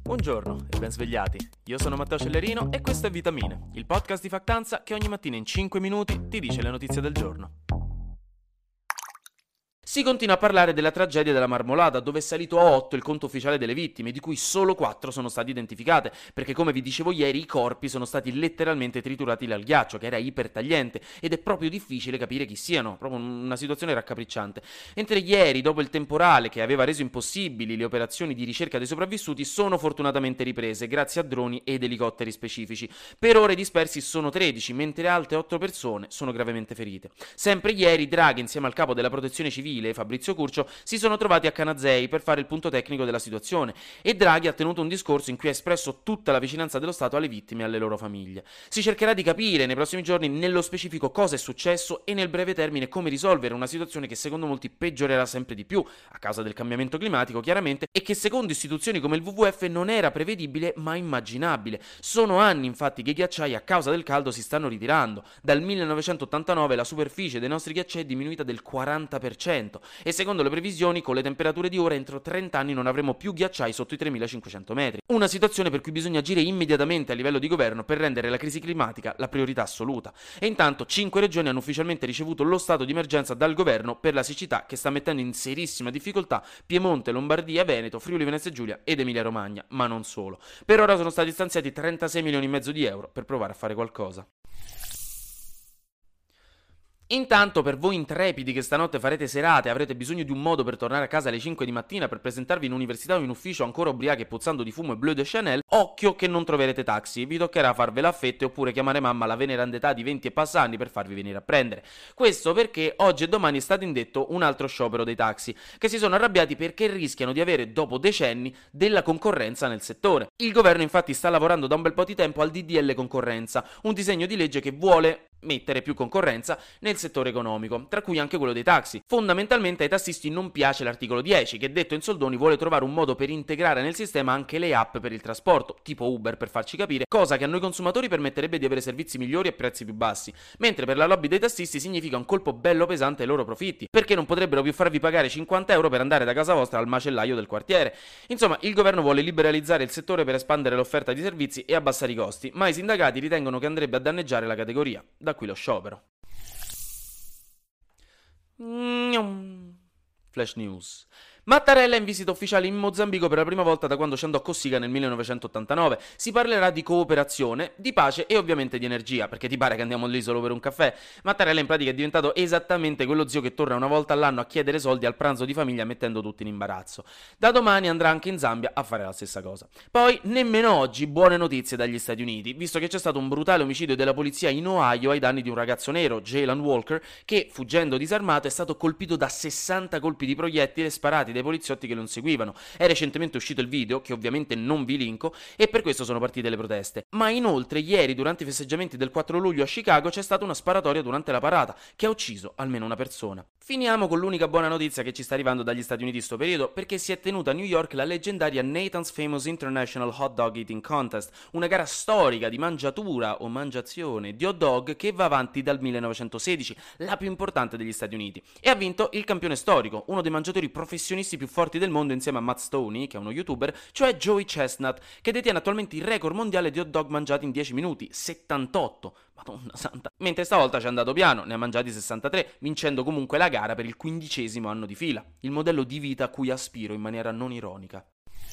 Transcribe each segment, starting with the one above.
Buongiorno e ben svegliati, io sono Matteo Cellerino e questo è Vitamine, il podcast di Factanza che ogni mattina in 5 minuti ti dice le notizie del giorno. Si continua a parlare della tragedia della Marmolada, dove è salito a 8 il conto ufficiale delle vittime, di cui solo 4 sono state identificate, perché come vi dicevo ieri i corpi sono stati letteralmente triturati dal ghiaccio, che era ipertagliente, ed è proprio difficile capire chi siano, proprio una situazione raccapricciante. Mentre ieri, dopo il temporale che aveva reso impossibili le operazioni di ricerca dei sopravvissuti, sono fortunatamente riprese, grazie a droni ed elicotteri specifici. Per ora i dispersi sono 13, mentre altre 8 persone sono gravemente ferite. Sempre ieri Draghi, insieme al capo della protezione civile, Fabrizio Curcio, si sono trovati a Canazei per fare il punto tecnico della situazione e Draghi ha tenuto un discorso in cui ha espresso tutta la vicinanza dello Stato alle vittime e alle loro famiglie. Si cercherà di capire nei prossimi giorni nello specifico cosa è successo e nel breve termine come risolvere una situazione che secondo molti peggiorerà sempre di più a causa del cambiamento climatico chiaramente e che secondo istituzioni come il WWF non era prevedibile ma immaginabile. Sono anni infatti che i ghiacciai a causa del caldo si stanno ritirando. Dal 1989 la superficie dei nostri ghiacciai è diminuita del 40%. E secondo le previsioni con le temperature di ora entro 30 anni non avremo più ghiacciai sotto i 3500 metri. Una situazione per cui bisogna agire immediatamente a livello di governo per rendere la crisi climatica la priorità assoluta. E intanto 5 regioni hanno ufficialmente ricevuto lo stato di emergenza dal governo per la siccità che sta mettendo in serissima difficoltà Piemonte, Lombardia, Veneto, Friuli Venezia Giulia ed Emilia Romagna, ma non solo. Per ora sono stati stanziati 36 milioni e mezzo di euro per provare a fare qualcosa. Intanto per voi intrepidi che stanotte farete serate e avrete bisogno di un modo per tornare a casa alle 5 di mattina per presentarvi in università o in ufficio ancora ubriachi e puzzando di fumo e Bleu de Chanel, occhio che non troverete taxi, vi toccherà farvela a fette oppure chiamare mamma alla veneranda età di 20 e passanni per farvi venire a prendere. Questo perché oggi e domani è stato indetto un altro sciopero dei taxi, che si sono arrabbiati perché rischiano di avere dopo decenni della concorrenza nel settore. Il governo infatti sta lavorando da un bel po' di tempo al DDL concorrenza, un disegno di legge che vuole mettere più concorrenza nel settore economico, tra cui anche quello dei taxi. Fondamentalmente ai tassisti non piace l'articolo 10, che detto in soldoni vuole trovare un modo per integrare nel sistema anche le app per il trasporto, tipo Uber per farci capire, cosa che a noi consumatori permetterebbe di avere servizi migliori e prezzi più bassi, mentre per la lobby dei tassisti significa un colpo bello pesante ai loro profitti, perché non potrebbero più farvi pagare 50 euro per andare da casa vostra al macellaio del quartiere. Insomma, il governo vuole liberalizzare il settore per espandere l'offerta di servizi e abbassare i costi, ma i sindacati ritengono che andrebbe a danneggiare la categoria. Da qui lo sciopero. Flash News. Mattarella è in visita ufficiale in Mozambico per la prima volta da quando ci andò a Cossiga nel 1989. Si parlerà di cooperazione, di pace e ovviamente di energia, perché ti pare che andiamo lì solo per un caffè? Mattarella in pratica è diventato esattamente quello zio che torna una volta all'anno a chiedere soldi al pranzo di famiglia mettendo tutti in imbarazzo. Da domani andrà anche in Zambia a fare la stessa cosa. Poi, nemmeno oggi, buone notizie dagli Stati Uniti, visto che c'è stato un brutale omicidio della polizia in Ohio ai danni di un ragazzo nero, Jaylan Walker, che, fuggendo disarmato, è stato colpito da 60 colpi di proiettile sparati dai poliziotti che lo inseguivano. È recentemente uscito il video, che ovviamente non vi linko, e per questo sono partite le proteste. Ma inoltre ieri, durante i festeggiamenti del 4 luglio a Chicago, c'è stata una sparatoria durante la parata, che ha ucciso almeno una persona. Finiamo con l'unica buona notizia che ci sta arrivando dagli Stati Uniti in sto periodo, perché si è tenuta a New York la leggendaria Nathan's Famous International Hot Dog Eating Contest, una gara storica di mangiatura o mangiazione di hot dog che va avanti dal 1916, la più importante degli Stati Uniti. E ha vinto il campione storico, uno dei mangiatori professionisti più forti del mondo insieme a Matt Stoney, che è uno youtuber, cioè Joey Chestnut, che detiene attualmente il record mondiale di hot dog mangiati in 10 minuti, 78. Madonna santa. Mentre stavolta ci è andato piano, ne ha mangiati 63, vincendo comunque la gara per il 15° anno di fila. Il modello di vita a cui aspiro in maniera non ironica.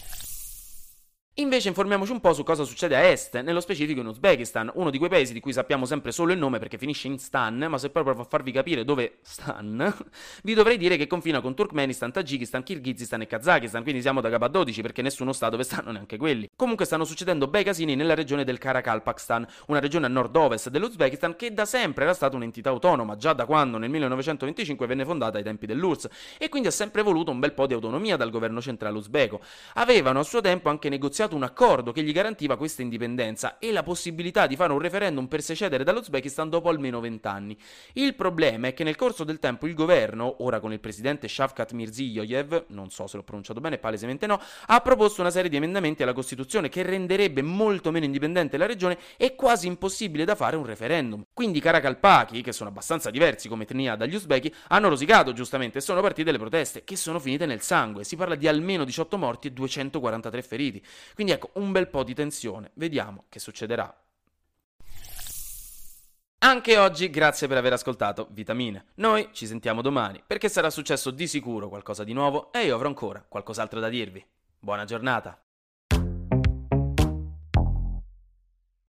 Invece informiamoci un po' su cosa succede a est, nello specifico in Uzbekistan, uno di quei paesi di cui sappiamo sempre solo il nome perché finisce in stan, ma se proprio a farvi capire dove stan, vi dovrei dire che confina con Turkmenistan, Tagikistan, Kirghizistan e Kazakistan, quindi siamo da capo a 12 perché nessuno sa dove stanno neanche quelli. Comunque stanno succedendo bei casini nella regione del Karakalpakstan, una regione a nord-ovest dell'Uzbekistan che da sempre era stata un'entità autonoma, già da quando nel 1925 venne fondata ai tempi dell'URSS, e quindi ha sempre voluto un bel po' di autonomia dal governo centrale uzbeko. Avevano a suo tempo anche negoziato un accordo che gli garantiva questa indipendenza e la possibilità di fare un referendum per secedere dall'Uzbekistan dopo almeno 20 anni. Il problema è che nel corso del tempo il governo, ora con il presidente Shavkat Mirziyoyev, non so se l'ho pronunciato bene, palesemente no, ha proposto una serie di emendamenti alla Costituzione che renderebbe molto meno indipendente la regione e quasi impossibile da fare un referendum. Quindi i Karakalpaki, che sono abbastanza diversi come etnia dagli uzbeki, hanno rosicato giustamente e sono partite le proteste, che sono finite nel sangue. Si parla di almeno 18 morti e 243 feriti. Quindi ecco, un bel po' di tensione, vediamo che succederà. Anche oggi grazie per aver ascoltato Vitamine. Noi ci sentiamo domani perché sarà successo di sicuro qualcosa di nuovo e io avrò ancora qualcos'altro da dirvi. Buona giornata!